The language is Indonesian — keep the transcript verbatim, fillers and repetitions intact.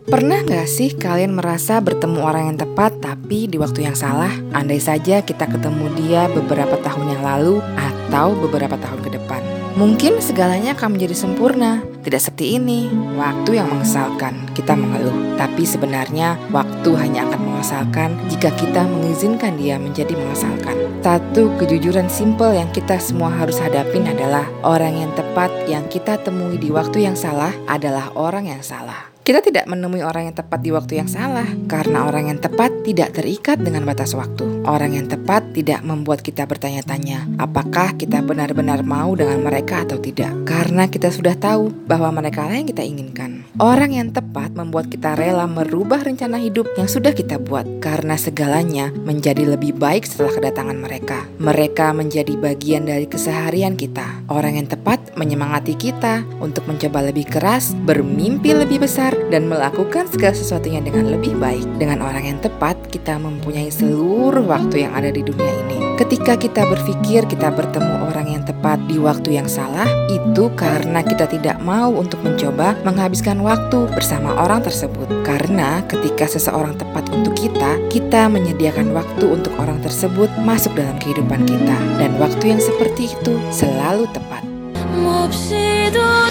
Pernah gak sih kalian merasa bertemu orang yang tepat tapi di waktu yang salah? Andai saja kita ketemu dia beberapa tahun yang lalu atau beberapa tahun ke depan. Mungkin segalanya akan menjadi sempurna. Tidak seperti ini, waktu yang mengesalkan, kita mengeluh. Tapi sebenarnya waktu hanya akan mengesalkan jika kita mengizinkan dia menjadi mengesalkan. Satu kejujuran simpel yang kita semua harus hadapin adalah orang yang tepat yang kita temui di waktu yang salah adalah orang yang salah. Kita tidak menemui orang yang tepat di waktu yang salah karena orang yang tepat tidak terikat dengan batas waktu. Orang yang tepat tidak membuat kita bertanya-tanya apakah kita benar-benar mau dengan mereka atau tidak, karena kita sudah tahu bahwa mereka lah yang kita inginkan. Orang yang tepat membuat kita rela merubah rencana hidup yang sudah kita buat karena segalanya menjadi lebih baik setelah kedatangan mereka. Mereka menjadi bagian dari keseharian kita. Orang yang tepat menyemangati kita untuk mencoba lebih keras, bermimpi lebih besar, dan melakukan segala sesuatunya dengan lebih baik. Dengan orang yang tepat, kita mempunyai seluruh waktu yang ada di dunia ini. Ketika kita berpikir kita bertemu orang yang tepat di waktu yang salah, itu karena kita tidak mau untuk mencoba menghabiskan waktu bersama orang tersebut. Karena ketika seseorang tepat untuk kita, kita menyediakan waktu untuk orang tersebut masuk dalam kehidupan kita. Dan waktu yang seperti itu selalu tepat.